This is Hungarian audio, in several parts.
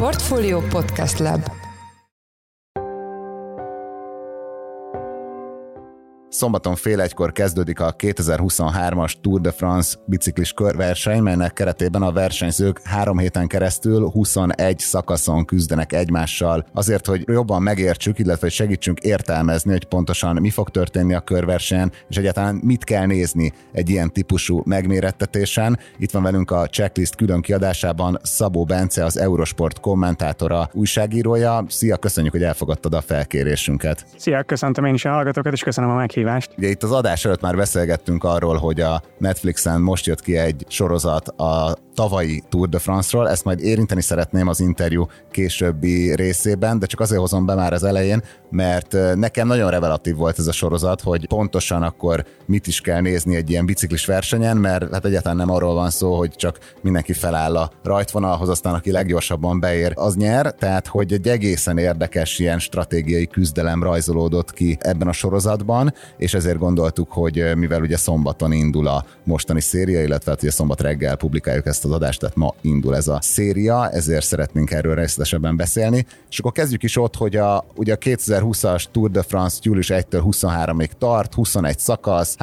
Portfolio Podcast Lab. Szombaton fél egykor kezdődik a 2023-as Tour de France biciklis körverseny, melynek keretében a versenyzők 3 héten keresztül 21 szakaszon küzdenek egymással. Azért, hogy jobban megértsük, illetve hogy segítsünk értelmezni, hogy pontosan mi fog történni a körversenyen, és egyáltalán mit kell nézni egy ilyen típusú megmérettetésen. Itt van velünk a Checklist külön kiadásában Szabó Bence, az Eurosport kommentátora, újságírója. Szia, köszönjük, hogy elfogadtad a felkérésünket. Szia, köszöntöm én is a hallgatókat, és köszönöm a meghívást. Ugye itt az adás előtt már beszélgettünk arról, hogy a Netflixen most jött ki egy sorozat a tavalyi Tour de France-ról, ezt majd érinteni szeretném az interjú későbbi részében, de csak azért hozom be már az elején, mert nekem nagyon revelatív volt ez a sorozat, hogy pontosan akkor mit is kell nézni egy ilyen biciklis versenyen, mert hát egyáltalán nem arról van szó, hogy csak mindenki feláll a rajtvonalhoz, aztán aki leggyorsabban beér, az nyer, tehát hogy egy egészen érdekes ilyen stratégiai küzdelem rajzolódott ki ebben a sorozatban, és ezért gondoltuk, hogy mivel ugye szombaton indul a mostani széria, illetve hát ugye szombat reggel publikáljuk ezt az adást, tehát ma indul ez a széria, ezért szeretnénk erről részletesebben beszélni. És akkor kezdjük is ott, hogy ugye a 2020-as Tour de France július 1-től 23-ig tart, 21 szakasz,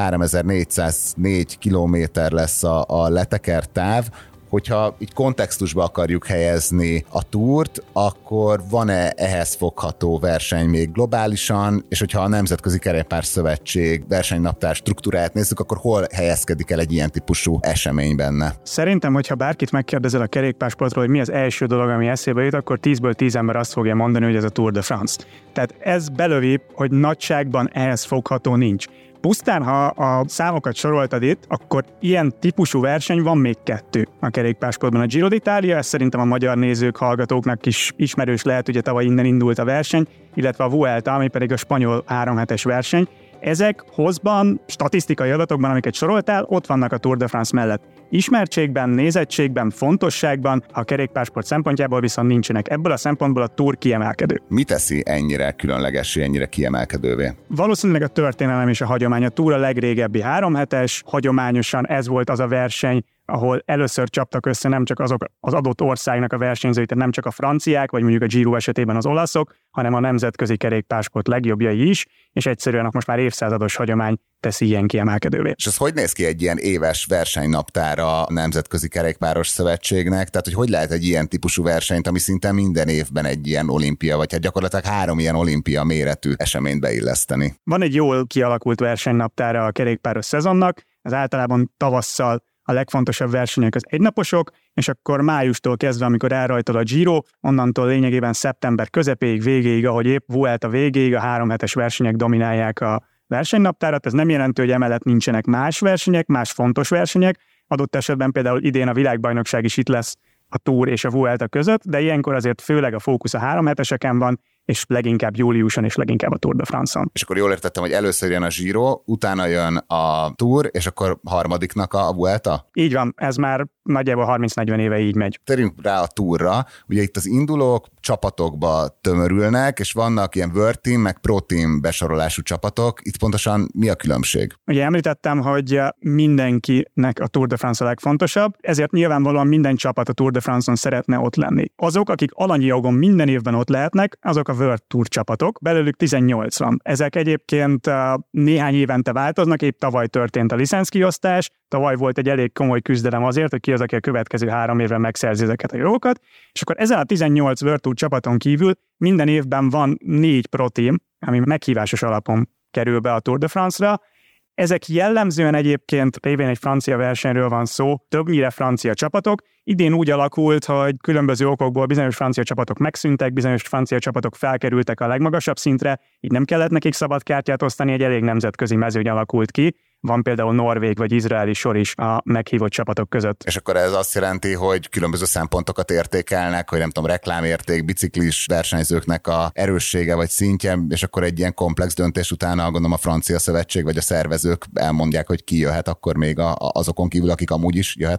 3404 kilométer lesz a letekert táv. Hogyha így kontextusba akarjuk helyezni a túrt, akkor van-e ehhez fogható verseny még globálisan, és hogyha a Nemzetközi Kerékpárszövetség versenynaptár struktúráját nézzük, akkor hol helyezkedik el egy ilyen típusú esemény benne? Szerintem, hogyha bárkit megkérdezel a kerékpársportról, hogy mi az első dolog, ami eszébe jut, akkor 10-ből 10 ember azt fogja mondani, hogy ez a Tour de France. Tehát ez belövi, hogy nagyságban ehhez fogható nincs. Pusztán, ha a számokat soroltad itt, akkor ilyen típusú verseny van még 2 a kerékpársportban. A Giro d'Italia, ez szerintem a magyar nézők, hallgatóknak is ismerős lehet, ugye tavaly innen indult a verseny, illetve a Vuelta, ami pedig a spanyol 3 hetes verseny. Ezek hozban, statisztikai adatokban, amiket soroltál, ott vannak a Tour de France mellett. Ismertségben, nézettségben, fontosságban, a kerékpársport szempontjából viszont nincsenek. Ebből a szempontból a Tour kiemelkedő. Mi teszi ennyire különlegessé, ennyire kiemelkedővé? Valószínűleg a történelem és a hagyomány. A Tour a legrégebbi 3 hetes, hagyományosan ez volt az a verseny, ahol először csaptak össze nem csak azok az adott országnak a versenyzői, tehát nem csak a franciák, vagy mondjuk a Giro esetében az olaszok, hanem a nemzetközi kerékpársport legjobbjai is, és egyszerűen most már évszázados hagyomány teszi ilyen kiemelkedővé. És ez hogy néz ki egy ilyen éves versenynaptára a Nemzetközi Kerékpáros Szövetségnek? Tehát, hogy lehet egy ilyen típusú versenyt, ami szinte minden évben egy ilyen olimpia, vagy hát gyakorlatilag 3 ilyen olimpia méretű eseményt beilleszteni? Van egy jól kialakult versenynaptára a kerékpáros szezonnak, ez általában tavasszal a legfontosabb versenyek az egynaposok, és akkor májustól kezdve, amikor elrajtol a Giro, onnantól lényegében szeptember közepéig, végéig, ahogy épp Vuelta végéig a 3 hetes versenyek dominálják a versenynaptárat. Ez nem jelenti, hogy emellett nincsenek más versenyek, más fontos versenyek. Adott esetben például idén a világbajnokság is itt lesz a Tour és a Vuelta között, de ilyenkor azért főleg a fókusz a 3 heteseken van, és leginkább júliuson, és leginkább a Tour de France-on. És akkor jól értettem, hogy először jön a Giro, utána jön a Tour, és akkor harmadiknak a Vuelta? Így van, ez már nagyjából 30-40 éve így megy. Térjünk rá a Tourra. Ugye itt az indulók csapatokba tömörülnek, és vannak ilyen World Team, meg Pro Team besorolású csapatok. Itt pontosan mi a különbség? Ugye említettem, hogy mindenkinek a Tour de France a legfontosabb, ezért nyilvánvalóan minden csapat a Tour de France-on szeretne ott lenni. Azok, akik alanyi jogon minden évben ott lehetnek, azok a World Tour csapatok, belőlük 18 van. Ezek egyébként néhány évente változnak, épp tavaly történt a licenckiosztás, tavaly volt egy elég komoly küzdelem azért, hogy ki az, aki a következő 3 évben megszerzi ezeket a jogokat, és akkor ezen a 18 World Tour csapaton kívül minden évben van 4 Pro Team, ami meghívásos alapon kerül be a Tour de France-ra. Ezek jellemzően egyébként, révén egy francia versenyről van szó, többnyire francia csapatok. Idén úgy alakult, hogy különböző okokból bizonyos francia csapatok megszűntek, bizonyos francia csapatok felkerültek a legmagasabb szintre, így nem kellett nekik szabad kártyát osztani, egy elég nemzetközi mezőny alakult ki. Van például norvég vagy izraeli sor is a meghívott csapatok között. És akkor ez azt jelenti, hogy különböző szempontokat értékelnek, hogy nem tudom, reklámérték, biciklis versenyzőknek a erőssége vagy szintje, és akkor egy ilyen komplex döntés utána, gondolom a francia szövetség vagy a szervezők elmondják, hogy ki jöhet akkor még azokon kívül, akik amúgy is jöhetnek?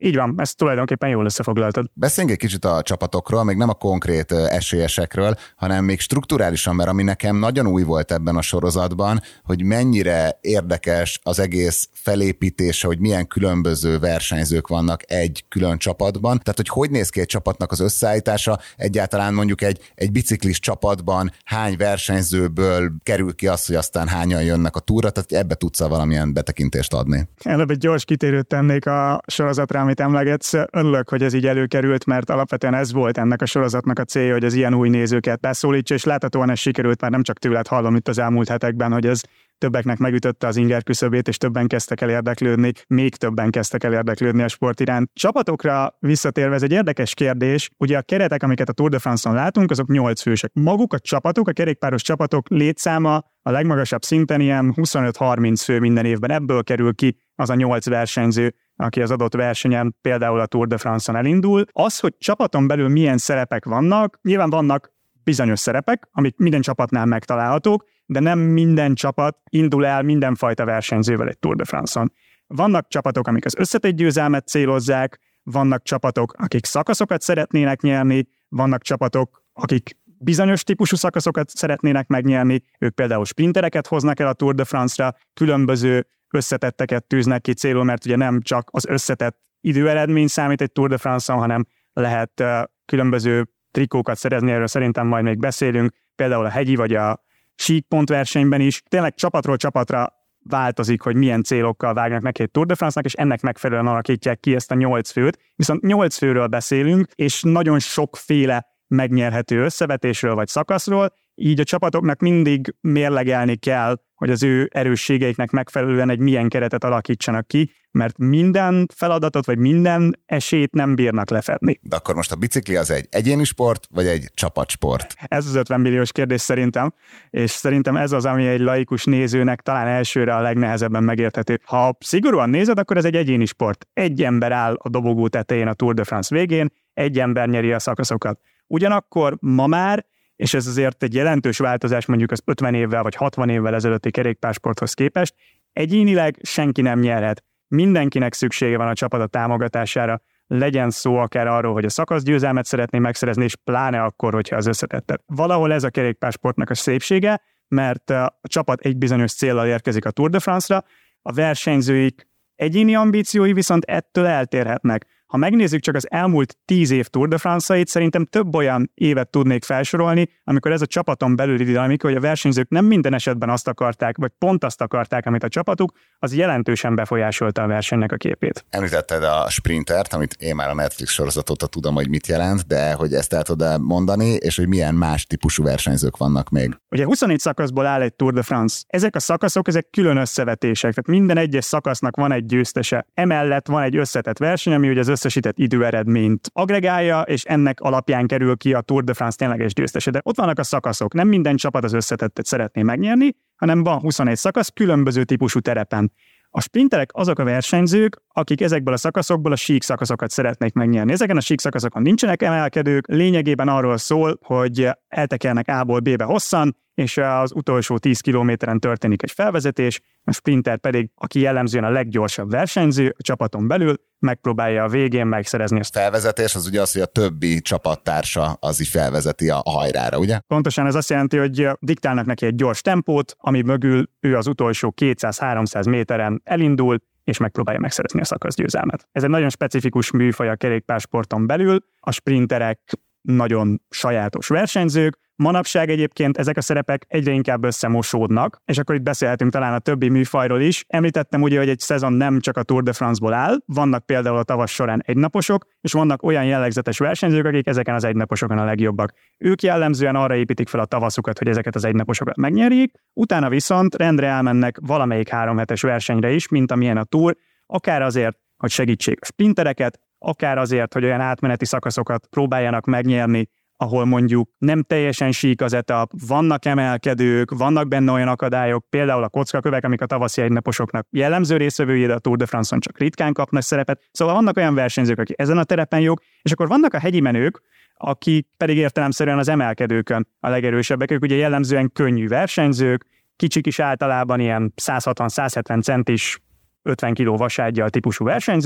Így van, ezt tulajdonképpen jól összefoglaltad. Beszéljünk egy kicsit a csapatokról, még nem a konkrét esélyesekről, hanem még strukturálisan, mert ami nekem nagyon új volt ebben a sorozatban, hogy mennyire érdekes az egész felépítése, hogy milyen különböző versenyzők vannak egy külön csapatban. Tehát, hogy néz ki egy csapatnak az összeállítása, egyáltalán mondjuk egy biciklis csapatban hány versenyzőből kerül ki az, hogy aztán hányan jönnek a túra, tehát ebbe tudsz valamilyen betekintést adni. Előbb egy gyors kitérőt tennék a sorozatra, amit emlegetsz. Örülök, hogy ez így előkerült, mert alapvetően ez volt ennek a sorozatnak a célja, hogy az ilyen új nézőket beszólítsa, és láthatóan ez sikerült, már nem csak tőled hallom itt az elmúlt hetekben, hogy ez többeknek megütötte az inger küszöbét, és többen kezdtek el érdeklődni, még többen kezdtek el érdeklődni a sport iránt. Csapatokra visszatérve, ez egy érdekes kérdés. Ugye a keretek, amiket a Tour de France-on látunk, azok 8 fősek. Maguk a csapatok, a kerékpáros csapatok létszáma a legmagasabb szinten ilyen 25-30 fő minden évben. Ebből kerül ki az a 8 versenyző, aki az adott versenyen, például a Tour de France-on elindul. Az, hogy csapaton belül milyen szerepek vannak, nyilván vannak bizonyos szerepek, amik minden csapatnál megtalálhatók, de nem minden csapat indul el mindenfajta versenyzővel egy Tour de France-on. Vannak csapatok, amik az összetett győzelmet célozzák, vannak csapatok, akik szakaszokat szeretnének nyerni, vannak csapatok, akik bizonyos típusú szakaszokat szeretnének megnyerni, ők például sprintereket hoznak el a Tour de France-ra, különböző összetetteket tűznek ki célul, mert ugye nem csak az összetett időeredmény számít egy Tour de France-on, hanem lehet különböző trikókat szerezni, erről szerintem majd még beszélünk, például a hegyi vagy a sík pontversenyben is. Tényleg csapatról csapatra változik, hogy milyen célokkal vágnak neki egy Tour de France-nak, és ennek megfelelően alakítják ki ezt a 8 főt. Viszont 8 főről beszélünk, és nagyon sokféle megnyerhető összevetésről vagy szakaszról, így a csapatoknak mindig mérlegelni kell, hogy az ő erősségeiknek megfelelően egy milyen keretet alakítsanak ki, mert minden feladatot vagy minden esélyt nem bírnak lefedni. De akkor most a bicikli az egy egyéni sport, vagy egy csapatsport? Ez az 50 milliós kérdés szerintem, és szerintem ez az, ami egy laikus nézőnek talán elsőre a legnehezebben megérthető. Ha szigorúan nézed, akkor ez egy egyéni sport. Egy ember áll a dobogó tetején a Tour de France végén, egy ember nyeri a szakaszokat. Ugyanakkor ma már, és ez azért egy jelentős változás mondjuk az 50 évvel vagy 60 évvel ezelőtti kerékpársporthoz képest, egyénileg senki nem nyerhet. Mindenkinek szüksége van a csapat támogatására, legyen szó akár arról, hogy a szakaszgyőzelmet szeretné megszerezni, és pláne akkor, hogyha az összetettet. Valahol ez a kerékpársportnak a szépsége, mert a csapat egy bizonyos céllal érkezik a Tour de France-ra, a versenyzőik egyéni ambíciói viszont ettől eltérhetnek. Ha megnézzük csak az elmúlt 10 év Tour de France-ait, szerintem több olyan évet tudnék felsorolni, amikor ez a csapaton belüli dinamika, hogy a versenyzők nem minden esetben azt akarták, vagy pont azt akarták, amit a csapatuk, az jelentősen befolyásolta a versenynek a képét. Említetted a sprintert, amit én már a Netflix sorozatot tudom, hogy mit jelent, de hogy ezt el tudod mondani, és hogy milyen más típusú versenyzők vannak még. Ugye 24 szakaszból áll egy Tour de France. Ezek a szakaszok, ezek külön összevetések, tehát minden egyes szakasznak van egy győztese. Emellett van egy összetett verseny, ami ugye az összesített időeredményt agregálja, és ennek alapján kerül ki a Tour de France tényleges győztese. De ott vannak a szakaszok. Nem minden csapat az összetettet szeretné megnyerni, hanem van 21 szakasz különböző típusú terepen. A sprinterek azok a versenyzők, akik ezekből a szakaszokból a sík szakaszokat szeretnék megnyerni. Ezeken a sík szakaszokon nincsenek emelkedők, lényegében arról szól, hogy eltekernek A-ból B-be hosszan, és az utolsó 10 kilométeren történik egy felvezetés, a sprinter pedig, aki jellemzően a leggyorsabb versenyző a csapaton belül, megpróbálja a végén megszerezni ezt. Felvezetés az ugye az, hogy a többi csapattársa az így felvezeti a hajrára, ugye? Pontosan ez azt jelenti, hogy diktálnak neki egy gyors tempót, ami mögül ő az utolsó 200-300 méteren elindul, és megpróbálja megszerezni a szakaszgyőzelmet. Ez egy nagyon specifikus műfaj a kerékpársporton belül, a sprinterek nagyon sajátos versenyzők, manapság egyébként ezek a szerepek egyre inkább összemosódnak, és akkor itt beszélhetünk talán a többi műfajról is. Említettem ugye, hogy egy szezon nem csak a Tour de France-ból áll, vannak például a tavasz során egynaposok, és vannak olyan jellegzetes versenyzők, akik ezeken az egynaposokon a legjobbak. Ők jellemzően arra építik fel a tavaszukat, hogy ezeket az egynaposokat megnyerjék, utána viszont rendre elmennek valamelyik 3 hetes versenyre is, mint amilyen a Tour, akár azért, hogy segítsék a sprintereket, akár azért, hogy olyan átmeneti szakaszokat próbáljanak megnyerni, ahol mondjuk nem teljesen sík az etap, vannak emelkedők, vannak benne olyan akadályok, például a kockakövek, amik a tavaszi egynaposoknak jellemző részvevői, de a Tour de France-on csak ritkán kapnak szerepet. Szóval vannak olyan versenyzők, akik ezen a terepen jók, és akkor vannak a hegyi menők, akik pedig értelemszerűen az emelkedőkön a legerősebbek. Ők ugye jellemzően könnyű versenyzők, kicsik is általában ilyen 160-170 centis, 50 kg vasárgyal típusú versenyzők,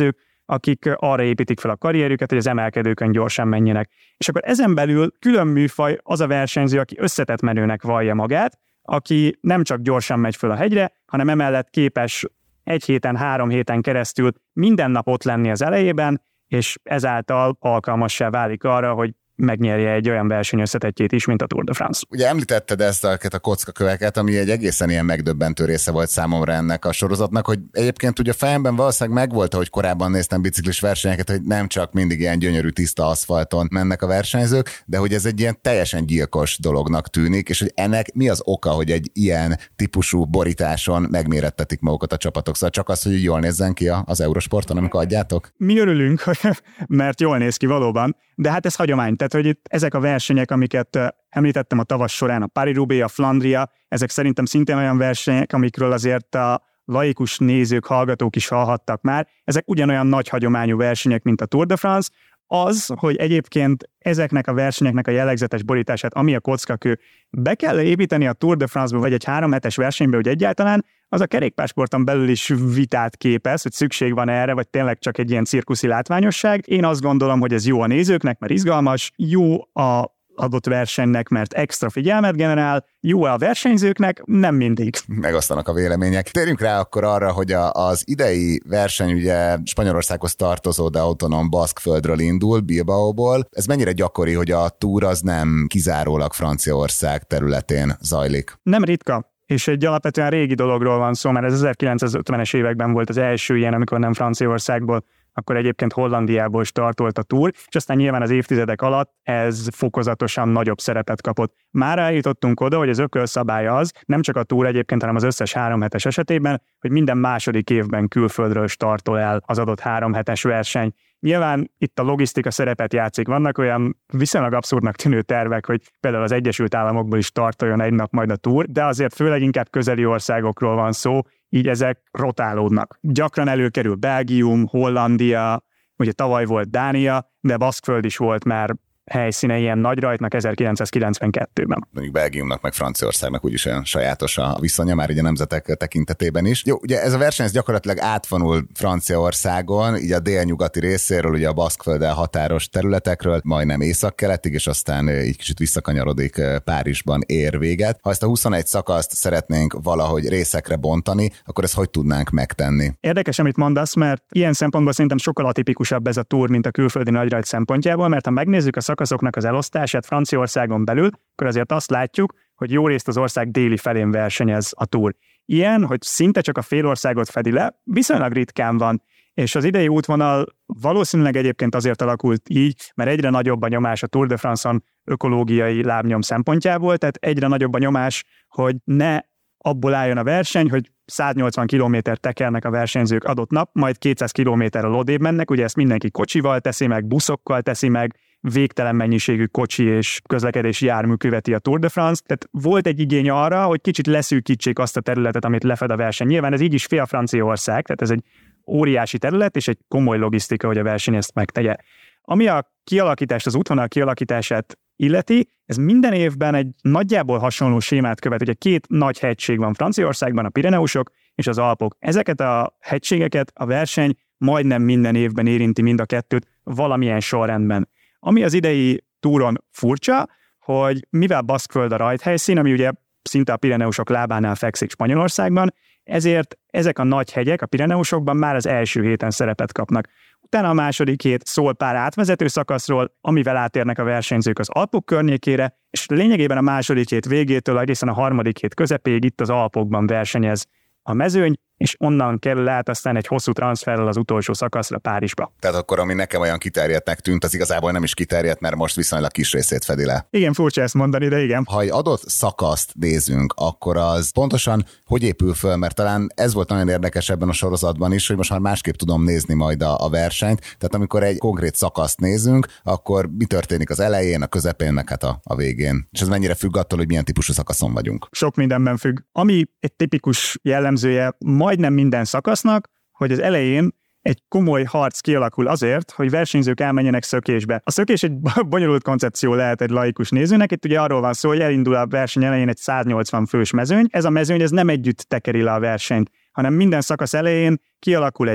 akik arra építik fel a karrierüket, hogy az emelkedőkön gyorsan menjenek. És akkor ezen belül külön műfaj az a versenyző, aki összetett menőnek vallja magát, aki nem csak gyorsan megy föl a hegyre, hanem emellett képes 1 héten, 3 héten keresztül minden nap ott lenni az elejében, és ezáltal alkalmassá válik arra, hogy megnyerje egy olyan versenyösszetettjét is, mint a Tour de France. Ugye említetted ezt a kockaköveket, ami egy egészen ilyen megdöbbentő része volt számomra ennek a sorozatnak, hogy egyébként ugye a fejemben valószínűleg megvolt, hogy korábban néztem biciklis versenyeket, hogy nem csak mindig ilyen gyönyörű tiszta aszfalton mennek a versenyzők, de hogy ez egy ilyen teljesen gyilkos dolognak tűnik, és hogy ennek mi az oka, hogy egy ilyen típusú borításon megmérettetik magukat a csapatok. Szóval csak az, hogy jól nézzen ki az Eurosporton, amikor adjátok? Mi örülünk, mert jól néz ki valóban, de hát ez hagyomány. Tehát, hogy itt ezek a versenyek, amiket említettem a tavasz során, a Paris-Roubaix, a Flandria, ezek szerintem szintén olyan versenyek, amikről azért a laikus nézők, hallgatók is hallhattak már. Ezek ugyanolyan nagy hagyományú versenyek, mint a Tour de France. Az, hogy egyébként ezeknek a versenyeknek a jellegzetes borítását, ami a kockakő, be kell építeni a Tour de France-ba, vagy egy 3 hetes versenybe, hogy egyáltalán, az a kerékpársporton belül is vitát képez, hogy szükség van erre, vagy tényleg csak egy ilyen cirkuszi látványosság. Én azt gondolom, hogy ez jó a nézőknek, mert izgalmas, jó a adott versenynek, mert extra figyelmet generál, jó a versenyzőknek, nem mindig. Megosztanak a vélemények. Térjünk rá akkor arra, hogy az idei verseny ugye Spanyolországhoz tartozó, de autonóm Baszkföldről indul, Bilbaóból. Ez mennyire gyakori, hogy a Tour az nem kizárólag Franciaország területén zajlik? Nem ritka. És egy alapvetően régi dologról van szó, mert ez 1950-es években volt az első ilyen, amikor nem Franciaországból, akkor egyébként Hollandiából startolt a Tour, és aztán nyilván az évtizedek alatt ez fokozatosan nagyobb szerepet kapott. Már eljutottunk oda, hogy az ökölszabály az, nem csak a Tour egyébként, hanem az összes 3 hetes esetében, hogy minden második évben külföldről startol el az adott 3 hetes verseny. Nyilván itt a logisztika szerepet játszik. Vannak olyan viszonylag abszurdnak tűnő tervek, hogy például az Egyesült Államokból is startoljon egy nap majd a Tour, de azért főleg inkább közeli országokról van szó, így ezek rotálódnak. Gyakran előkerül Belgium, Hollandia, ugye tavaly volt Dánia, de Baszkföld is volt már helyszíne ilyen nagy rajtnak 1992-ben. Mondjuk Belgiumnak, meg Franciaországnak úgyis olyan sajátos a viszonya, már így a nemzetek tekintetében is. Jó, ugye ez a verseny ez gyakorlatilag átvonul Franciaországon, így a délnyugati részéről, ugye a Baszkfölddel határos területekről, majdnem északkeletig, és aztán így kicsit visszakanyarodik, Párizsban ér véget. Ha ezt a 21 szakaszt szeretnénk valahogy részekre bontani, akkor ezt hogy tudnánk megtenni? Érdekes, amit mondasz, mert ilyen szempontból szerintem sokkal atipikusabb ez a Tour, mint a külföldi nagyrajt szempontjából, mert ha megnézzük a szakaszoknak az elosztását Franciaországon belül, akkor azért azt látjuk, hogy jó részt az ország déli felén versenyez a Tour. Ilyen, hogy szinte csak a félországot fedi le, viszonylag ritkán van, és az idei útvonal valószínűleg egyébként azért alakult így, mert egyre nagyobb a nyomás a Tour de France-on ökológiai lábnyom szempontjából, tehát egyre nagyobb a nyomás, hogy ne abból álljon a verseny, hogy 180 kilométert tekernek a versenyzők adott nap, majd 200 kilométerrel odébb mennek, ugye ezt mindenki kocsival teszi meg, buszokkal teszi meg, végtelen mennyiségű kocsi és közlekedési jármű követi a Tour de France. Tehát volt egy igény arra, hogy kicsit leszűkítsék azt a területet, amit lefed a verseny. Nyilván ez így is fél Franciaország, tehát ez egy óriási terület, és egy komoly logisztika, hogy a verseny ezt megtegye. Ami a kialakítást, az útvonal kialakítását illeti, ez minden évben egy nagyjából hasonló sémát követ. Ugye 2 nagy hegység van Franciaországban, a Pireneusok és az Alpok. Ezeket a hegységeket a verseny majdnem minden évben érinti mind a kettőt valamilyen sorrendben. Ami az idei túron furcsa, hogy mivel Baszkföld a rajthelyszín, ami ugye szinte a Pireneusok lábánál fekszik Spanyolországban, ezért ezek a nagy hegyek a Pireneusokban már az első héten szerepet kapnak. Utána a második hét szól pár átvezető szakaszról, amivel átérnek a versenyzők az Alpok környékére, és lényegében a második hét végétől egészen a harmadik hét közepéig itt az Alpokban versenyez a mezőny, és onnan kerül át aztán egy hosszú transferrel az utolsó szakaszra Párizsba. Tehát akkor, ami nekem olyan kiterjedtnek tűnt, az igazából nem is kiterjedt, mert most viszonylag kis részét fedi le. Igen, furcsa ezt mondani, de igen. Ha egy adott szakaszt nézünk, akkor az pontosan hogy épül föl, mert talán ez volt nagyon érdekes ebben a sorozatban is, hogy most már másképp tudom nézni majd a versenyt. Tehát amikor egy konkrét szakaszt nézünk, akkor mi történik az elején, a közepén, meg hát a végén. És ez mennyire függ attól, hogy milyen típusú szakaszon vagyunk. Sok mindenben függ. Ami egy tipikus jellemzője majdnem minden szakasznak, hogy az elején egy komoly harc kialakul azért, hogy versenyzők elmenjenek szökésbe. A szökés egy bonyolult koncepció lehet egy laikus nézőnek, itt ugye arról van szó, hogy elindul a verseny elején egy 180 fős mezőny. Ez a mezőny ez nem együtt tekeri le a versenyt, hanem minden szakasz elején kialakul egy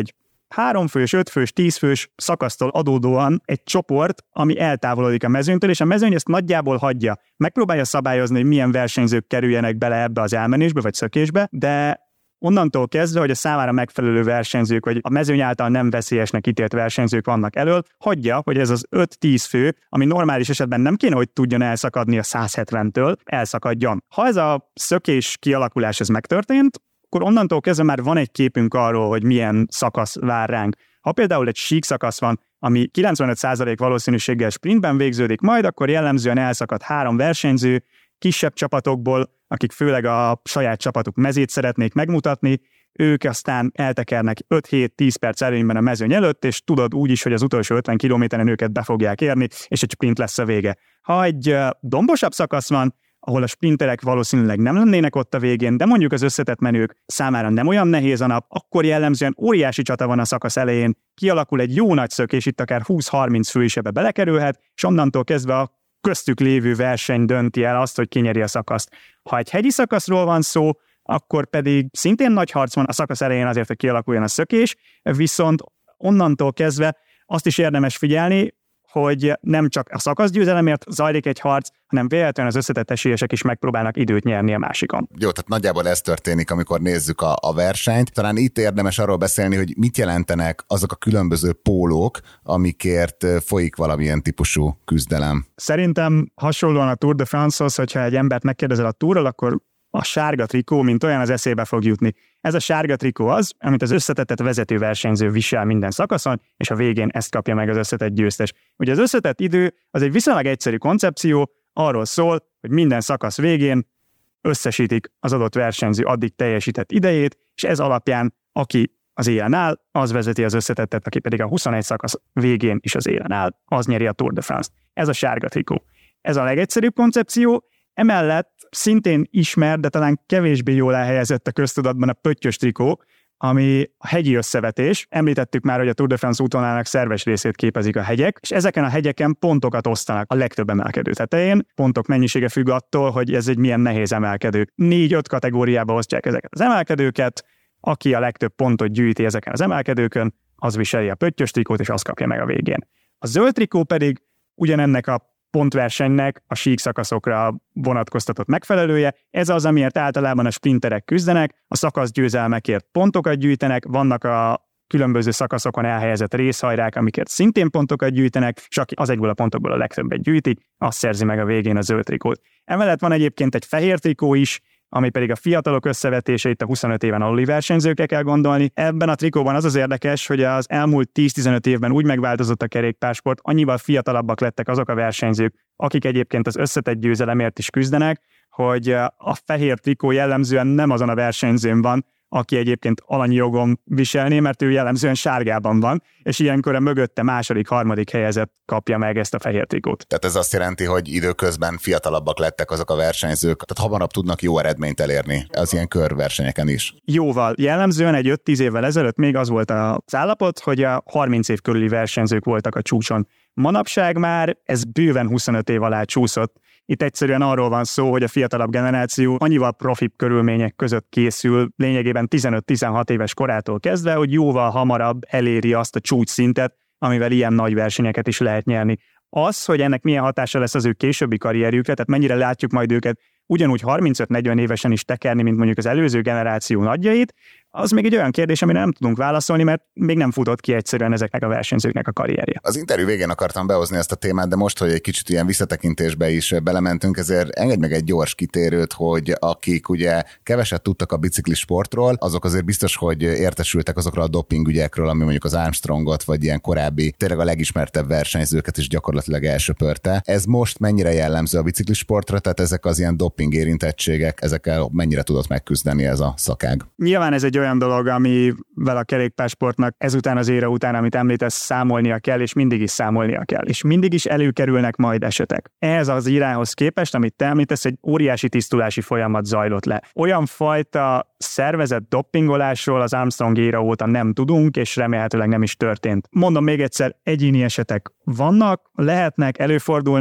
3 fős, 5 fős, 10 fős szakasztól adódóan egy csoport, ami eltávolodik a mezőnytől, és a mezőny ezt nagyjából hagyja. Megpróbálja szabályozni, hogy milyen versenyzők kerüljenek bele ebbe az elmenésbe vagy szökésbe, de onnantól kezdve, hogy a számára megfelelő versenyzők, vagy a mezőny által nem veszélyesnek ítélt versenyzők vannak elől, hagyja, hogy ez az 5-10 fő, ami normális esetben nem kéne, hogy tudjon elszakadni a 170-től, elszakadjon. Ha ez a szökés kialakulás ez megtörtént, akkor onnantól kezdve már van egy képünk arról, hogy milyen szakasz vár ránk. Ha például egy sík szakasz van, ami 95% valószínűséggel sprintben végződik, majd akkor jellemzően elszakad 3 versenyző, kisebb csapatokból, akik főleg a saját csapatuk mezét szeretnék megmutatni, ők aztán eltekernek 5-7-10 perc előnyben a mezőny előtt, és tudod úgy is, hogy az utolsó 50 kilométeren őket be fogják érni, és egy sprint lesz a vége. Ha egy dombosabb szakasz van, ahol a sprinterek valószínűleg nem lennének ott a végén, de mondjuk az összetett menők számára nem olyan nehéz a nap, akkor jellemzően óriási csata van a szakasz elején, kialakul egy jó nagy szökés, itt akár 20-30 fő is ebbe belekerülhet, és onnantól kezdve a köztük lévő verseny dönti el azt, hogy kinyeri a szakaszt. Ha egy hegyi szakaszról van szó, akkor pedig szintén nagy harc van a szakasz elején azért, hogy kialakuljon a szökés, viszont onnantól kezdve azt is érdemes figyelni, hogy nem csak a szakaszgyőzelemért zajlik egy harc, hanem véletlenül az összetett esélyesek is megpróbálnak időt nyerni a másikon. Jó, tehát nagyjából ez történik, amikor nézzük a versenyt. Talán itt érdemes arról beszélni, hogy mit jelentenek azok a különböző pólók, amikért folyik valamilyen típusú küzdelem. Szerintem hasonlóan a Tour de France-hoz, hogyha egy embert megkérdezel a Tourról, akkor a sárga trikó, mint olyan, az eszébe fog jutni. Ez a sárga trikó az, amit az összetettet vezető versenyző visel minden szakaszon, és a végén ezt kapja meg az összetett győztes. Ugye az összetett idő az egy viszonylag egyszerű koncepció, arról szól, hogy minden szakasz végén összesítik az adott versenyző addig teljesített idejét, és ez alapján, aki az élen áll, az vezeti az összetettet, aki pedig a 21 szakasz végén is az élen áll, az nyeri a Tour de France-t. Ez a sárga trikó. Ez a legegyszerűbb koncepció. Emellett szintén ismert, de talán kevésbé jól elhelyezett a köztudatban a pöttyös trikó, ami a hegyi összevetés. Említettük már, hogy a Tour de France útvonalának szerves részét képezik a hegyek, és ezeken a hegyeken pontokat osztanak a legtöbb emelkedő tetején. Pontok mennyisége függ attól, hogy ez egy milyen nehéz emelkedő. 4-5 kategóriába osztják ezeket az emelkedőket, aki a legtöbb pontot gyűjti ezeken az emelkedőkön, az viseli a pöttyös trikót, és azt kapja meg a végén. A zöld trikó pedig ugyanennek a pontversenynek a sík szakaszokra vonatkoztatott megfelelője. Ez az, amiért általában a sprinterek küzdenek, a szakaszgyőzelmekért pontokat gyűjtenek, vannak a különböző szakaszokon elhelyezett részhajrák, amikért szintén pontokat gyűjtenek, és aki azokból a pontokból a legtöbbet gyűjti, azt szerzi meg a végén a zöld trikót. Emellett van egyébként egy fehér trikó is, ami pedig a fiatalok összevetése, itt a 25 éven aluli versenyzőkre kell gondolni. Ebben a trikóban az érdekes, hogy az elmúlt 10-15 évben úgy megváltozott a kerékpársport, annyival fiatalabbak lettek azok a versenyzők, akik egyébként az összetett győzelemért is küzdenek, hogy a fehér trikó jellemzően nem azon a versenyzőn van, aki egyébként alanyi jogon viselné, mert ő jellemzően sárgában van, és ilyenkor a mögötte második, harmadik helyezett kapja meg ezt a fehér trikót. Tehát ez azt jelenti, hogy időközben fiatalabbak lettek azok a versenyzők, tehát hamarabb tudnak jó eredményt elérni az ilyen körversenyeken is. Jóval. Jellemzően egy 5-10 évvel ezelőtt még az volt az állapot, hogy a 30 év körüli versenyzők voltak a csúcson. Manapság már ez bőven 25 év alá csúszott. Itt egyszerűen arról van szó, hogy a fiatalabb generáció annyival profibb körülmények között készül, lényegében 15-16 éves korától kezdve, hogy jóval hamarabb eléri azt a csúcsszintet, amivel ilyen nagy versenyeket is lehet nyerni. Az, hogy ennek milyen hatása lesz az ő későbbi karrierjükre, tehát mennyire látjuk majd őket ugyanúgy 35-40 évesen is tekerni, mint mondjuk az előző generáció nagyjait, az még egy olyan kérdés, amire nem tudunk válaszolni, mert még nem futott ki egyszerűen ezeknek a versenyzőknek a karrierje. Az interjú végén akartam behozni ezt a témát, de most, hogy egy kicsit ilyen visszatekintésbe is belementünk, ezért engedj meg egy gyors kitérőt, hogy akik ugye keveset tudtak a biciklisportról, azok azért biztos, hogy értesültek azokról a dopingügyekről, ami mondjuk az Armstrongot, vagy ilyen korábbi, tényleg a legismertebb versenyzőket is gyakorlatilag elsöpörte. Ez most mennyire jellemző a biciklisportra, tehát ezek az ilyen doping érintettségek, ezekkel mennyire tudott megküzdeni ez a szakág? Nyilván ez egy olyan dolog, amivel a kerékpársportnak ezután az éra után, amit említesz, számolnia kell, és mindig is számolnia kell, és mindig is előkerülnek majd esetek. Ehhez az irányhoz képest, amit te említesz, egy óriási tisztulási folyamat zajlott le. Olyan fajta szervezett dopingolásról az Armstrong éra óta nem tudunk, és remélhetőleg nem is történt. Mondom még egyszer, egyéni esetek vannak, lehetnek, előfordulnak,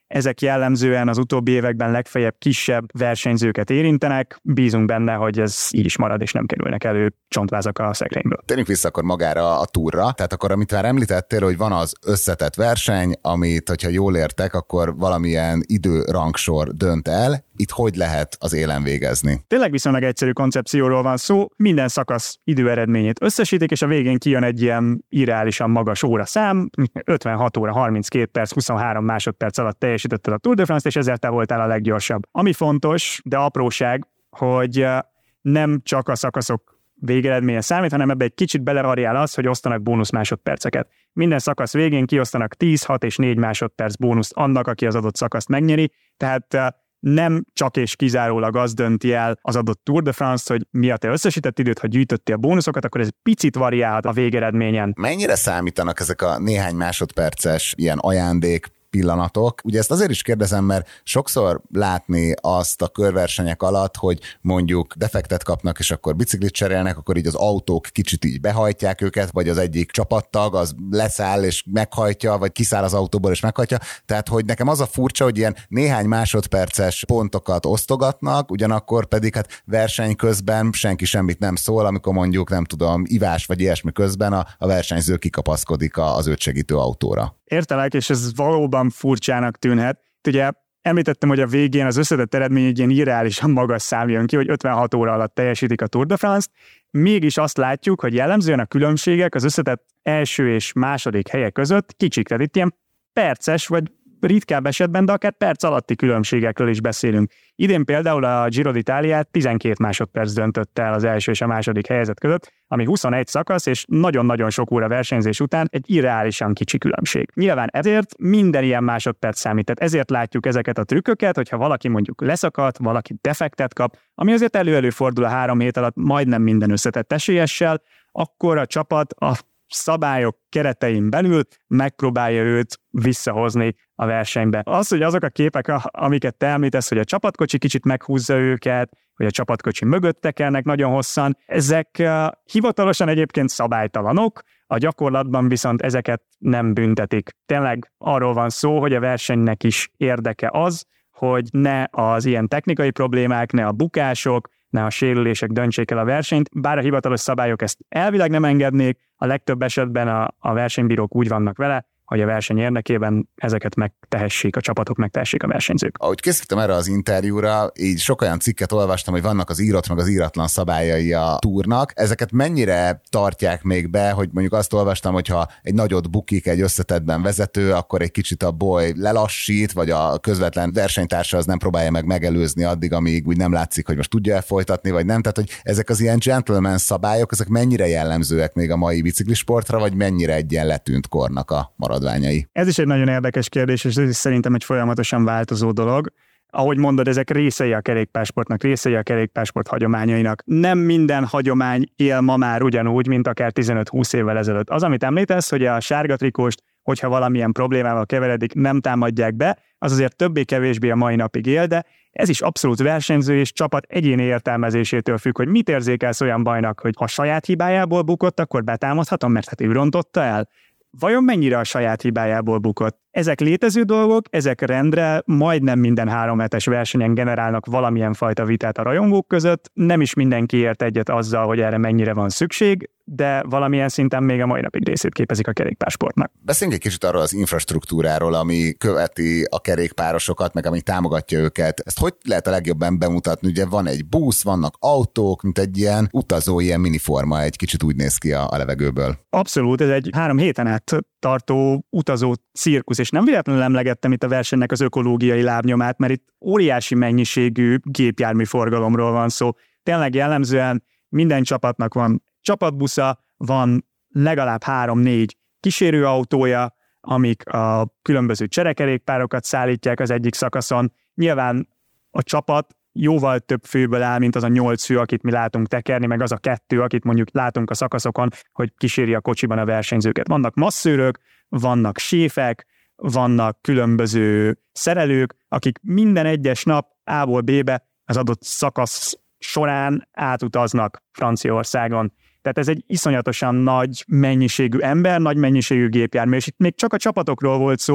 ezek jellemzően az utóbbi években legfeljebb kisebb versenyzőket érintenek, bízunk benne, hogy ez így is marad, és nem kerülnek elő csontvázak a szekrényből. Térjünk vissza akkor magára a túrra, tehát akkor amit már említettél, hogy van az összetett verseny, amit, hogyha jól értek, akkor valamilyen időrangsor dönt el. Itt hogy lehet az élen végezni? Tényleg viszonylag egyszerű koncepcióról van szó, minden szakasz időeredményét összesítik, és a végén kijön egy ilyen irreálisan magas óraszám, 56 óra, 32 perc, 23 másodperc alatt teljesítetted a Tour de France-t, és ezzel te voltál a leggyorsabb. Ami fontos, de apróság, hogy nem csak a szakaszok végeredménye számít, hanem ebbe egy kicsit belerariál az, hogy osztanak bónusz másodperceket. Minden szakasz végén kiosztanak 10, 6 és 4 másodperc bónuszt annak, aki az adott szakaszt megnyeri, tehát nem csak és kizárólag az dönti el az adott Tour de France-t, hogy mi a te összesített időt, ha gyűjtöttél a bónuszokat, akkor ez picit variálhat a végeredményen. Mennyire számítanak ezek a néhány másodperces ilyen ajándék pillanatok? Ugye ezt azért is kérdezem, mert sokszor látni azt a körversenyek alatt, hogy mondjuk defektet kapnak, és akkor biciklit cserélnek, akkor így az autók kicsit így behajtják őket, vagy az egyik csapattag az leszáll és meghajtja, vagy kiszáll az autóból és meghajtja. Tehát, hogy nekem az a furcsa, hogy ilyen néhány másodperces pontokat osztogatnak, ugyanakkor pedig hát verseny közben senki semmit nem szól, amikor mondjuk nem tudom, ivás vagy ilyesmi közben a versenyző kikapaszkodik az őt segítő autóra. Értelek, és ez valóban furcsának tűnhet. Ugye említettem, hogy a végén az összetett eredmény egy ilyen irreálisan magas szám jön ki, hogy 56 óra alatt teljesítik a Tour de France-t, mégis azt látjuk, hogy jellemzően a különbségek az összetett első és második helyek között kicsik, tehát itt ilyen perces vagy ritkább esetben, de akár perc alatti különbségekről is beszélünk. Idén például a Giro d'Italiát 12 másodperc döntött el az első és a második helyezett között, ami 21 szakasz és nagyon-nagyon sok óra versenyzés után egy irreálisan kicsi különbség. Nyilván ezért minden ilyen másodperc számít, tehát ezért látjuk ezeket a trükköket, hogyha valaki mondjuk leszakadt, valaki defektet kap, ami azért elő-előfordul a 3 hét alatt majdnem minden összetett esélyessel, akkor a csapat a szabályok keretein belül megpróbálja őt visszahozni a versenybe. Az, hogy azok a képek, amiket te említesz, hogy a csapatkocsi kicsit meghúzza őket, hogy a csapatkocsi mögött tekernek nagyon hosszan, ezek hivatalosan egyébként szabálytalanok, a gyakorlatban viszont ezeket nem büntetik. Tényleg arról van szó, hogy a versenynek is érdeke az, hogy ne az ilyen technikai problémák, ne a bukások, ne a sérülések döntsék el a versenyt, bár a hivatalos szabályok ezt elvileg nem engednék, a legtöbb esetben a versenybírók úgy vannak vele, hogy a verseny érdekében ezeket megtehessék, a csapatok megtehessék a versenyzők. Ahogy készítettem erre az interjúra, így sok olyan cikket olvastam, hogy vannak az írott meg az íratlan szabályai a túrnak. Ezeket mennyire tartják még be, hogy mondjuk azt olvastam, hogy ha egy nagyot bukik egy összetettben vezető, akkor egy kicsit a boly lelassít, vagy a közvetlen versenytársa az nem próbálja meg megelőzni addig, amíg úgy nem látszik, hogy most tudja elfolytatni, vagy nem. Tehát, hogy ezek az ilyen gentleman szabályok, ezek mennyire jellemzőek még a mai biciklisportra, vagy mennyire egy ilyen letűnt kornak a maradványai? Ez is egy nagyon érdekes kérdés, és ez is szerintem egy folyamatosan változó dolog. Ahogy mondod, ezek részei a kerékpársportnak, részei a kerékpársport hagyományainak. Nem minden hagyomány él ma már ugyanúgy, mint akár 15-20 évvel ezelőtt. Az, amit említesz, hogy a sárga trikóst, hogyha valamilyen problémával keveredik, nem támadják be, az azért többé-kevésbé a mai napig él, de ez is abszolút versenyző és csapat egyéni értelmezésétől függ, hogy mit érzékelsz olyan bajnak, hogy ha saját hibájából bukott, akkor betámadhatom, mert hát ő rontotta el. Vajon mennyire a saját hibájából bukott? Ezek létező dolgok, ezek rendre majdnem minden 3 hetes versenyen generálnak valamilyen fajta vitát a rajongók között, nem is mindenki ért egyet azzal, hogy erre mennyire van szükség, de valamilyen szinten még a mai napig részét képezik a kerékpársportnak. Beszéljünk egy kicsit arról az infrastruktúráról, ami követi a kerékpárosokat, meg ami támogatja őket. Ezt hogy lehet a legjobban bemutatni? Ugye van egy busz, vannak autók, mint egy ilyen utazó, ilyen miniforma, egy kicsit úgy néz ki a levegőből. Abszolút, ez egy 3 héten át tartó utazó cirkusz, és nem véletlenül emlegettem itt a versenynek az ökológiai lábnyomát, mert itt óriási mennyiségű gépjármű forgalomról van szó. Tényleg jellemzően minden csapatnak van csapatbusza, van legalább 3-4 kísérőautója, amik a különböző cserekerékpárokat szállítják az egyik szakaszon. Nyilván a csapat jóval több főből áll, mint az a 8 fő, akit mi látunk tekerni, meg az a 2, akit mondjuk látunk a szakaszokon, hogy kíséri a kocsiban a versenyzőket. Vannak masszőrök, vannak séfek, vannak különböző szerelők, akik minden egyes nap A-ból B-be az adott szakasz során átutaznak Franciaországon. Tehát ez egy iszonyatosan nagy mennyiségű ember, nagy mennyiségű gépjármű, és itt még csak a csapatokról volt szó,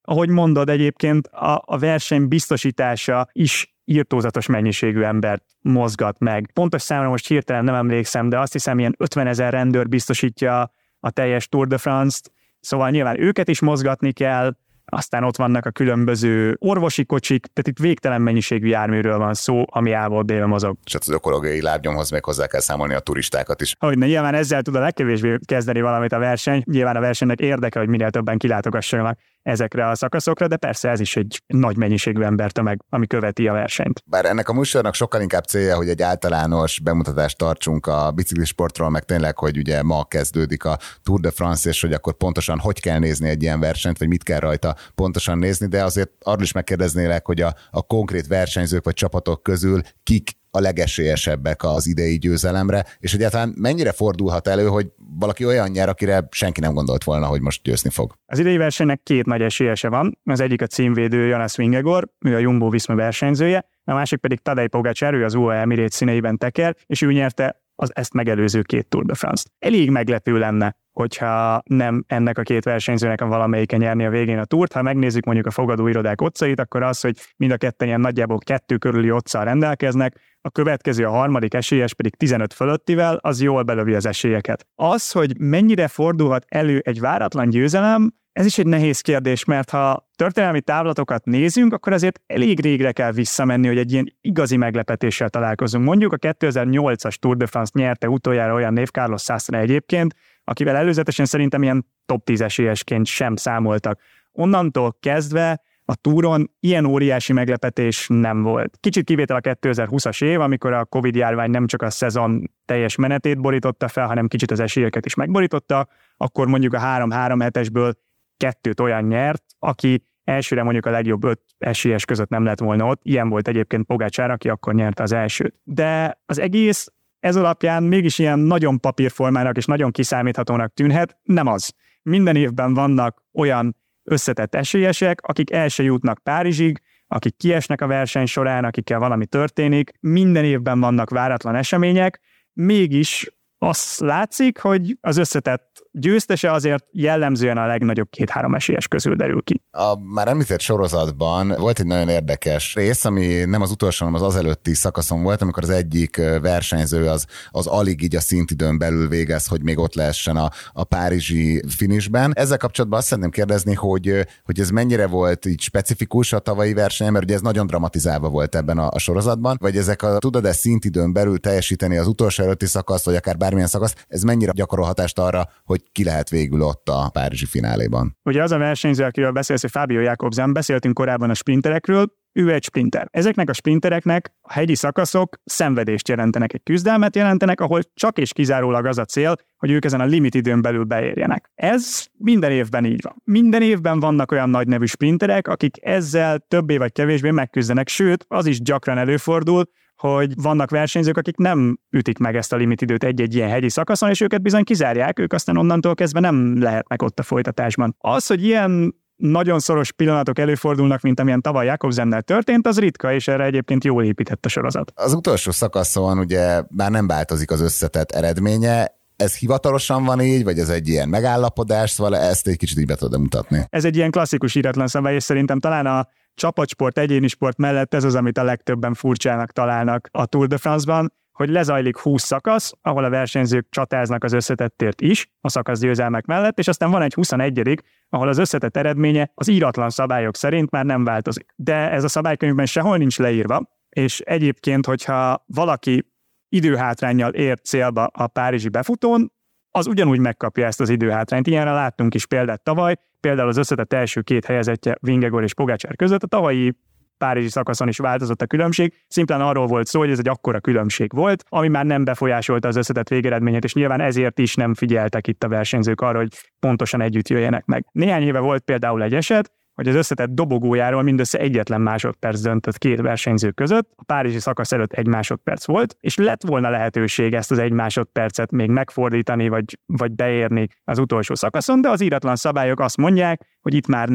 Ahogy mondod, egyébként a verseny biztosítása is irtózatos mennyiségű embert mozgat meg. Pontos számra most hirtelen nem emlékszem, de azt hiszem ilyen 50 000 rendőr biztosítja a teljes Tour de France-t, szóval nyilván őket is mozgatni kell, aztán ott vannak a különböző orvosi kocsik, tehát itt végtelen mennyiségű járműről van szó, ami A-ból B-be mozog. És az ökológiai lábnyomhoz még hozzá kell számolni a turistákat is. Hogyne, nyilván ezzel tud a legkevésbé kezdeni valamit a verseny. Nyilván a versenynek érdeke, hogy minél többen kilátogassanak ezekre a szakaszokra, de persze ez is egy nagy mennyiségű embertömeg, ami követi a versenyt. Bár ennek a műsornak sokkal inkább célja, hogy egy általános bemutatást tartsunk a biciklisportról, meg tényleg, hogy ugye ma kezdődik a Tour de France, és hogy akkor pontosan hogy kell nézni egy ilyen versenyt, vagy mit kell rajta pontosan nézni, de azért arról is megkérdeznélek, hogy a konkrét versenyzők vagy csapatok közül kik a legesélyesebbek az idei győzelemre, és egyáltalán mennyire fordulhat elő, hogy valaki olyan nyer, akire senki nem gondolt volna, hogy most győzni fog. Az idei versenynek két nagy esélyese van, az egyik a címvédő Jonas Vingegaard, ő a Jumbo-Visma versenyzője, a másik pedig Tadej Pogačar, ő az UAE Emirates színeiben teker, és ő nyerte az ezt megelőző két Tour de France-t. Elég meglepő lenne, hogyha nem ennek a két versenyzőnek a valamelyike nyerni a végén a túrt. Ha megnézzük mondjuk a fogadóirodák oddszait, akkor az, hogy mind a ketten ilyen nagyjából 2 körüli oddszal rendelkeznek, a következő, a harmadik esélyes pedig 15 fölöttivel, az jól belövi az esélyeket. Az, hogy mennyire fordulhat elő egy váratlan győzelem, ez is egy nehéz kérdés, mert ha történelmi távlatokat nézünk, akkor azért elég régre kell visszamenni, hogy egy ilyen igazi meglepetéssel találkozunk. Mondjuk a 2008-as Tour de France nyerte utoljára olyan név Carlos Sastre egyébként, akivel előzetesen szerintem ilyen top 10 esélyesként sem számoltak. Onnantól kezdve a túron ilyen óriási meglepetés nem volt. Kicsit kivétel a 2020-as év, amikor a Covid-járvány nem csak a szezon teljes menetét borította fel, hanem kicsit az esélyeket is megborította, akkor mondjuk a 3-3 hetesből 2 olyan nyert, aki elsőre mondjuk a legjobb 5 esélyes között nem lett volna ott. Ilyen volt egyébként Pogačar, aki akkor nyerte az elsőt. De az egész ez alapján mégis ilyen nagyon papírformának és nagyon kiszámíthatónak tűnhet, nem az. Minden évben vannak olyan összetett esélyesek, akik el se jutnak Párizsig, akik kiesnek a verseny során, akikkel valami történik, minden évben vannak váratlan események, mégis azt látszik, hogy az összetett győztese azért jellemzően a legnagyobb 2-3 esélyes közül derül ki. A már említett sorozatban volt egy nagyon érdekes rész, ami nem az utolsó, hanem az előtti szakaszon volt, amikor az egyik versenyző az alig így a szintidőn belül végez, hogy még ott lehessen a párizsi finishben. Ezzel kapcsolatban azt szeretném kérdezni, hogy ez mennyire volt így specifikus a tavalyi verseny, mert ugye ez nagyon dramatizálva volt ebben a sorozatban, vagy ezek tudod-e szintidőn belül teljesíteni az utolsó előtti szakaszt, vagy akár bármilyen szakasz, ez mennyire gyakorol hatást arra, hogy ki lehet végül ott a párizsi fináléban? Ugye az a versenyző, akiről beszélsz, hogy Fabio Jakobsen, beszéltünk korábban a sprinterekről, ő egy sprinter. Ezeknek a sprintereknek a hegyi szakaszok szenvedést jelentenek, egy küzdelmet jelentenek, ahol csak és kizárólag az a cél, hogy ők ezen a limit időn belül beérjenek. Ez minden évben így van. Minden évben vannak olyan nagy nevű sprinterek, akik ezzel többé vagy kevésbé megküzdenek, sőt, az is gyakran előfordul, hogy vannak versenyzők, akik nem ütik meg ezt a limitidőt egy-egy ilyen hegyi szakaszon, és őket bizony kizárják, ők aztán onnantól kezdve nem lehetnek ott a folytatásban. Az, hogy ilyen nagyon szoros pillanatok előfordulnak, mint amilyen tavaly Jakobsennel történt, az ritka, és erre egyébként jól épített a sorozat. Az utolsó szakaszon ugye már nem változik az összetett eredménye. Ez hivatalosan van így, vagy ez egy ilyen megállapodás, szóval ezt egy kicsit így be tudod mutatni? Ez egy ilyen klasszikus íratlan szabály, és szerintem talán a csapatsport, egyéni sport mellett ez az, amit a legtöbben furcsának találnak a Tour de France-ban, hogy lezajlik 20 szakasz, ahol a versenyzők csatáznak az összetettért is, a szakasz győzelmek mellett, és aztán van egy 21., ahol az összetett eredménye az íratlan szabályok szerint már nem változik. De ez a szabálykönyvben sehol nincs leírva, és egyébként, hogyha valaki időhátránnyal ér célba a párizsi befutón, az ugyanúgy megkapja ezt az időhátrányt. Ilyenre láttunk is példát tavaly, például az összetett első 2 helyezettje Vingegaard és Pogačar között. A tavalyi párizsi szakaszon is változott a különbség, szimplán arról volt szó, hogy ez egy akkora különbség volt, ami már nem befolyásolta az összetett végeredményét, és nyilván ezért is nem figyeltek itt a versenyzők arra, hogy pontosan együtt jöjjenek meg. Néhány éve volt például egy eset, hogy az összetett dobogójáról mindössze egyetlen másodperc döntött 2 versenyző között, a párizsi szakasz előtt 1 másodperc volt, és lett volna lehetőség ezt az 1 másodpercet még megfordítani, vagy beérni az utolsó szakaszon, de az íratlan szabályok azt mondják, hogy itt már nem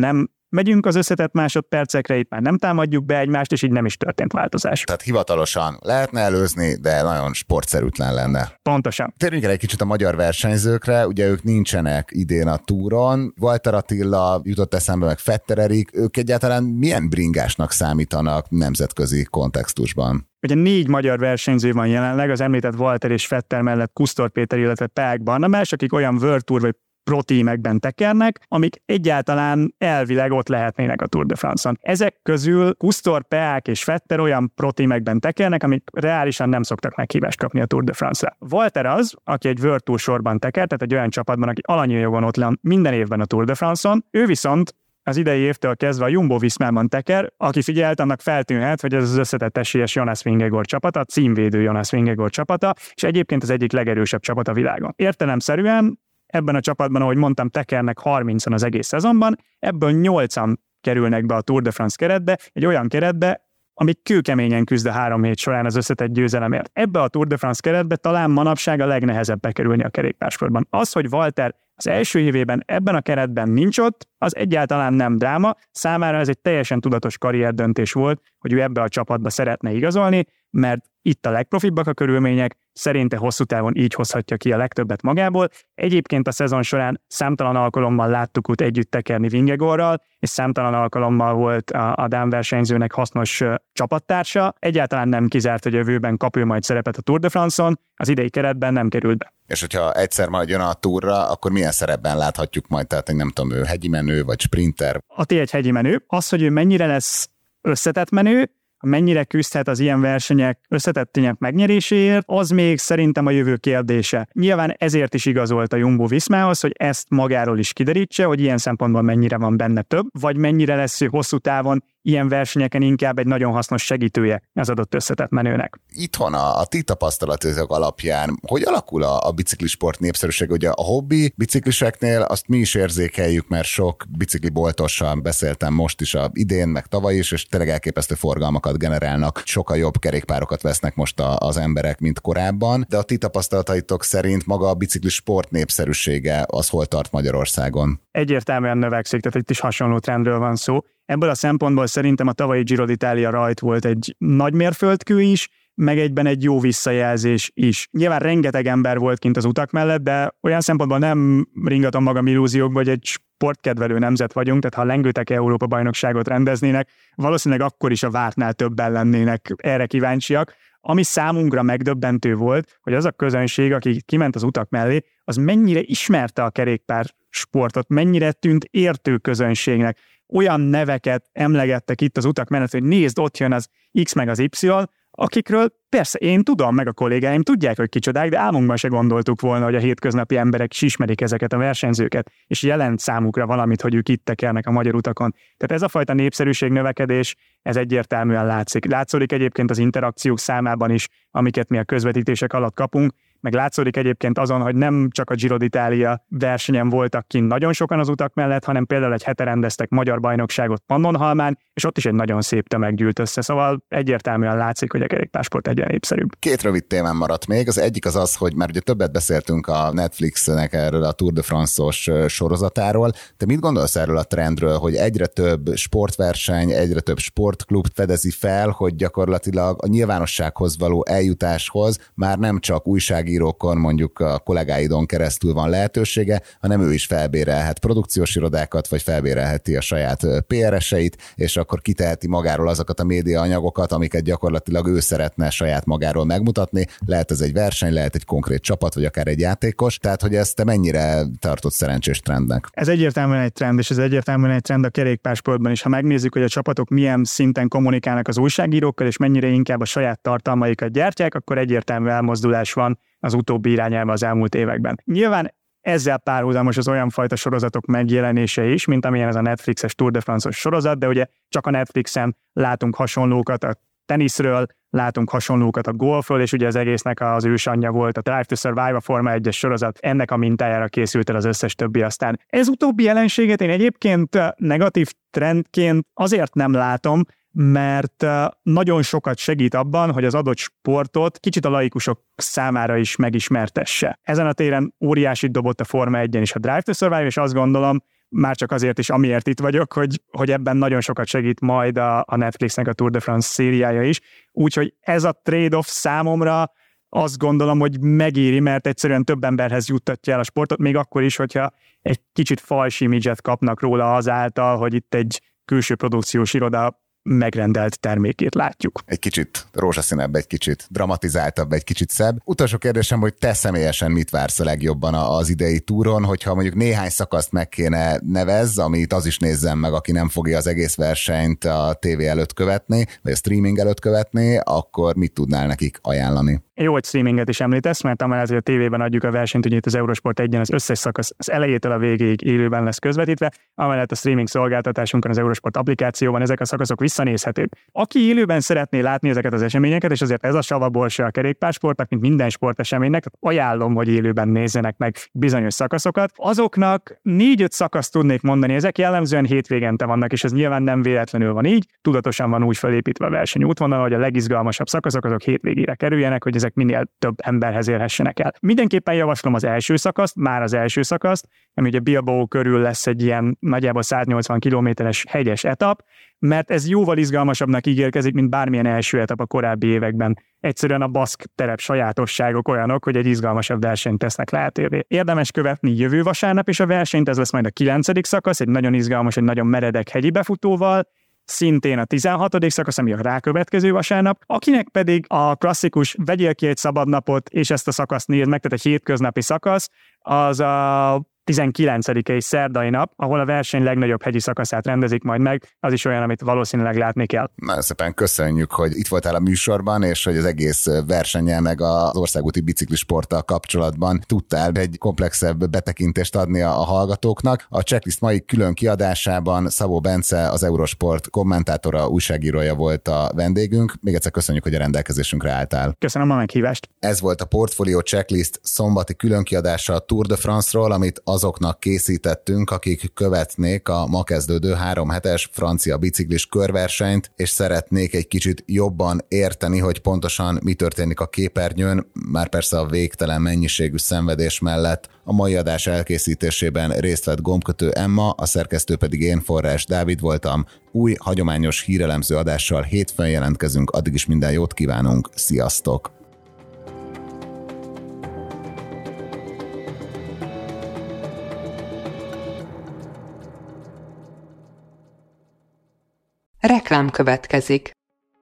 megyünk az összetett másodpercekre, itt már nem támadjuk be egymást, és így nem is történt változás. Tehát hivatalosan lehetne előzni, de nagyon sportszerűtlen lenne. Pontosan. Térjünk el egy kicsit a magyar versenyzőkre, ugye ők nincsenek idén a túron. Walter Attila jutott eszembe, meg Vetter Erik, ők egyáltalán milyen bringásnak számítanak nemzetközi kontextusban? Ugye 4 magyar versenyző van jelenleg, az említett Walter és Vetter mellett Kusztor Péter, illetve Peák Barnabás, akik olyan World Tour vagy pro teamekben tekernek, amik egyáltalán elvileg ott lehetnének a Tour de France-on. Ezek közül Kusztor, Peák és Vetter olyan pro teamekben tekernek, amik reálisan nem szoktak meghívást kapni a Tour de France-ra. Walter az, aki egy World Tour sorban teker, tehát egy olyan csapatban, aki alanyi jogon ott van minden évben a Tour de France-on, ő viszont az idei évtől kezdve a Jumbo-Vismában teker, aki figyelt, annak feltűnhet, hogy ez az összetett esélyes Jonas Vingegaard csapata, a címvédő Jonas Vingegaard csapata, és egyébként az egyik legerősebb csapat a világon. Értelemszerűen ebben a csapatban, ahogy mondtam, tekernek 30-an az egész szezonban, ebből 8-an kerülnek be a Tour de France keretbe, egy olyan keretbe, ami kőkeményen küzd a 3 hét során az összetett győzelemért. Ebbe a Tour de France keretbe talán manapság a legnehezebb bekerülni a kerékpársportban. Az, hogy Walter az első évében ebben a keretben nincs ott, az egyáltalán nem dráma, számára ez egy teljesen tudatos karrierdöntés volt, hogy ő ebbe a csapatba szeretne igazolni, mert itt a legprofibbak a körülmények, szerinte hosszú távon így hozhatja ki a legtöbbet magából. Egyébként a szezon során számtalan alkalommal láttuk őt együtt tekerni Vingegaardral, és számtalan alkalommal volt a dán versenyzőnek hasznos csapattársa. Egyáltalán nem kizárt, hogy jövőben kap ő majd szerepet a Tour de France-on, az idei keretben nem került be. És hogyha egyszer majd jön a túrra, akkor milyen szerepben láthatjuk majd? Tehát nem tudom, ő hegyi menő vagy sprinter? A T1 hegyi menő. Az, hogy ő mennyire lesz összetett menő, mennyire küzdhet az ilyen versenyek összetett tények megnyeréséért, az még szerintem a jövő kérdése. Nyilván ezért is igazolt a Jumbo-Vismához, hogy ezt magáról is kiderítse, hogy ilyen szempontból mennyire van benne több, vagy mennyire lesz ő hosszú távon ilyen versenyeken inkább egy nagyon hasznos segítője az adott összetett menőnek. Itthon a ti tapasztalatok alapján hogy alakul a biciklisport népszerűség? Ugye a hobbi bicikliseknél azt mi is érzékeljük, mert sok bicikliboltossal beszéltem most is idén, meg tavaly is, és tényleg elképesztő forgalmakat generálnak, sokkal jobb kerékpárokat vesznek most az emberek, mint korábban, de a ti tapasztalataitok szerint maga a biciklisport népszerűsége az hol tart Magyarországon? Egyértelműen növekszik, tehát itt is hasonló trendről van szó. Ebből a szempontból szerintem a tavalyi Giro d'Italia rajt volt egy nagy mérföldkő is, meg egyben egy jó visszajelzés is. Nyilván rengeteg ember volt kint az utak mellett, de olyan szempontból nem ringatom magam illúziókba, hogy egy sportkedvelő nemzet vagyunk, tehát ha a lengőtek Európa-bajnokságot rendeznének, valószínűleg akkor is a vártnál többen lennének erre kíváncsiak. Ami számunkra megdöbbentő volt, hogy az a közönség, aki kiment az utak mellé, az mennyire ismerte a kerékpár sportot, mennyire tűnt értő közönségnek. Olyan neveket emlegettek itt az utak mellett, hogy nézd, ott jön az X meg az Y, akikről persze én tudom, meg a kollégáim tudják, hogy kicsodák, de álmunkban se gondoltuk volna, hogy a hétköznapi emberek is ismerik ezeket a versenyzőket, és jelent számukra valamit, hogy ők itt tekernek a magyar utakon. Tehát ez a fajta népszerűség növekedés, ez egyértelműen látszik. Látszódik egyébként az interakciók számában is, amiket mi a közvetítések alatt kapunk, meg látszódik egyébként azon, hogy nem csak a Giro d'Italia versenyen voltak kint nagyon sokan az utak mellett, hanem például egy hete rendeztek magyar bajnokságot Pannonhalmán, és ott is egy nagyon szép tömeg gyűlt össze, szóval egyértelműen látszik, hogy a kerékpársport egyre népszerűbb. 2 rövid témán maradt még, az egyik az, hogy már ugye többet beszéltünk a Netflixnek erről a Tour de France-os sorozatáról. Te mit gondolsz erről a trendről, hogy egyre több sportverseny, egyre több sportklub fedezi fel, hogy gyakorlatilag a nyilvánossághoz való eljutáshoz már nem csak újságírókon, mondjuk a kollégáidon keresztül van lehetősége, hanem ő is felbérelhet produkciós irodákat, vagy felbérelheti a saját PR-eseit, és akkor kiteheti magáról azokat a média anyagokat, amiket gyakorlatilag ő szeretne saját magáról megmutatni. Lehet ez egy verseny, lehet egy konkrét csapat, vagy akár egy játékos. Tehát, hogy ezt te mennyire tartod szerencsés trendnek? Ez egyértelműen egy trend, és ez egyértelműen egy trend a kerékpársportban is. Ha megnézzük, hogy a csapatok milyen szinten kommunikálnak az újságírókkal, és mennyire inkább a saját tartalmaikat gyártják, akkor egyértelmű elmozdulás van az utóbbi irányába az elmúlt években. Nyilván ezzel párhuzamos az olyan fajta sorozatok megjelenése is, mint amilyen ez a Netflixes Tour de France-os sorozat, de ugye csak a Netflixen látunk hasonlókat a teniszről, látunk hasonlókat a golfról, és ugye az egésznek az ősanyja volt a Drive to Survive, a Forma 1-es sorozat, ennek a mintájára készült el az összes többi aztán. Ez utóbbi jelenséget én egyébként negatív trendként azért nem látom, mert nagyon sokat segít abban, hogy az adott sportot kicsit a laikusok számára is megismertesse. Ezen a téren óriásit dobott a Forma 1-en is a Drive to Survive, és azt gondolom, már csak azért is, amiért itt vagyok, hogy ebben nagyon sokat segít majd a Netflixnek a Tour de France szériája is. Úgyhogy ez a trade-off számomra azt gondolom, hogy megéri, mert egyszerűen több emberhez juttatja el a sportot, még akkor is, hogyha egy kicsit fals imidzset kapnak róla azáltal, hogy itt egy külső produkciós iroda megrendelt termékét látjuk. Egy kicsit rózsaszínebb, egy kicsit dramatizáltabb, egy kicsit szebb. Utolsó kérdésem, hogy te személyesen mit vársz a legjobban az idei túron, hogyha mondjuk néhány szakaszt meg kéne nevezz, amit az is nézzen meg, aki nem fogja az egész versenyt a tévé előtt követni, vagy a streaming előtt követni, akkor mit tudnál nekik ajánlani? Jó, hogy streaminget is említesz, mert amellett, hogy a tévében adjuk a versenyt, ugye itt az Eurosport 1-en az összes szakasz az elejétől a végéig élőben lesz közvetítve, amellett a streaming szolgáltatásunkon, az Eurosport applikációban ezek a szakaszok visszanézhetők. Aki élőben szeretné látni ezeket az eseményeket, és azért ez a savaborsa a kerékpársportnak, mint minden sporteseménynek, ajánlom, hogy élőben nézzenek meg bizonyos szakaszokat. Azoknak 4-5 szakaszt tudnék mondani, ezek jellemzően hétvégente vannak, és ez nyilván nem véletlenül van így, tudatosan van úgy felépítve a versenyútvonal, hogy a legizgalmasabb szakaszok azok hétvégére kerüljenek, hogy ezek minél több emberhez érhessenek el. Mindenképpen javaslom az első szakaszt, ami ugye Bilbao körül lesz egy ilyen nagyjából 180 kilométeres hegyes etap, mert ez jóval izgalmasabbnak ígérkezik, mint bármilyen első etap a korábbi években. Egyszerűen a baszk terep sajátosságok olyanok, hogy egy izgalmasabb versenyt tesznek lehetővé. Érdemes követni jövő vasárnap is a versenyt, ez lesz majd a 9. szakasz, egy nagyon izgalmas, egy nagyon meredek hegyi befutóval, szintén a 16. szakasz, ami a rákövetkező vasárnap, akinek pedig a klasszikus vegyél ki egy szabad napot, és ezt a szakaszt nézd meg, tehát egy hétköznapi szakasz, az a 19. szerdai nap, ahol a verseny legnagyobb hegyi szakaszát rendezik majd meg, az is olyan, amit valószínűleg látni kell. Nagyon szépen köszönjük, hogy itt voltál a műsorban, és hogy az egész versennyel meg az országúti biciklisporttal kapcsolatban tudtál egy komplexebb betekintést adni a hallgatóknak. A checklist mai külön kiadásában Szabó Bence, az Eurosport kommentátora, újságírója volt a vendégünk. Még egyszer köszönjük, hogy a rendelkezésünkre álltál. Köszönöm a meghívást. Ez volt a Portfolio Checklist szombati külön kiadása a Tour de France-ról, amit azoknak készítettünk, akik követnék a ma kezdődő 3 hetes francia biciklis körversenyt, és szeretnék egy kicsit jobban érteni, hogy pontosan mi történik a képernyőn, már persze a végtelen mennyiségű szenvedés mellett. A mai adás elkészítésében részt vett gombkötő Emma, a szerkesztő pedig én, Forrás Dávid voltam. Új, hagyományos hírelemző adással hétfőn jelentkezünk, addig is minden jót kívánunk, sziasztok! Reklám következik.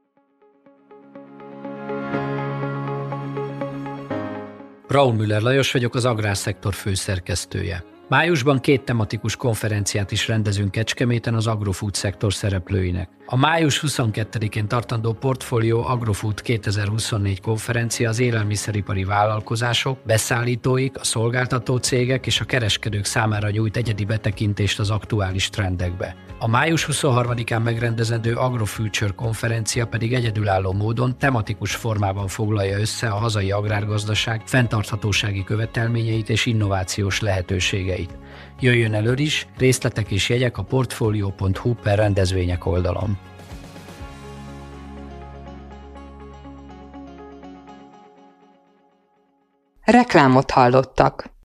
Raúl Müller Lajos vagyok, az Agrárszektor főszerkesztője. Májusban 2 tematikus konferenciát is rendezünk Kecskeméten az agrofood szektor szereplőinek. A május 22-én tartandó Portfolio Agrofood 2024 konferencia az élelmiszeripari vállalkozások, beszállítóik, a szolgáltató cégek és a kereskedők számára nyújt egyedi betekintést az aktuális trendekbe. A május 23-án megrendezendő AgroFuture konferencia pedig egyedülálló módon tematikus formában foglalja össze a hazai agrárgazdaság fenntarthatósági követelményeit és innovációs lehetőségeit. Jöjjön elő is, részletek és jegyek a portfolio.hu/rendezvények oldalon. Reklámot hallottak.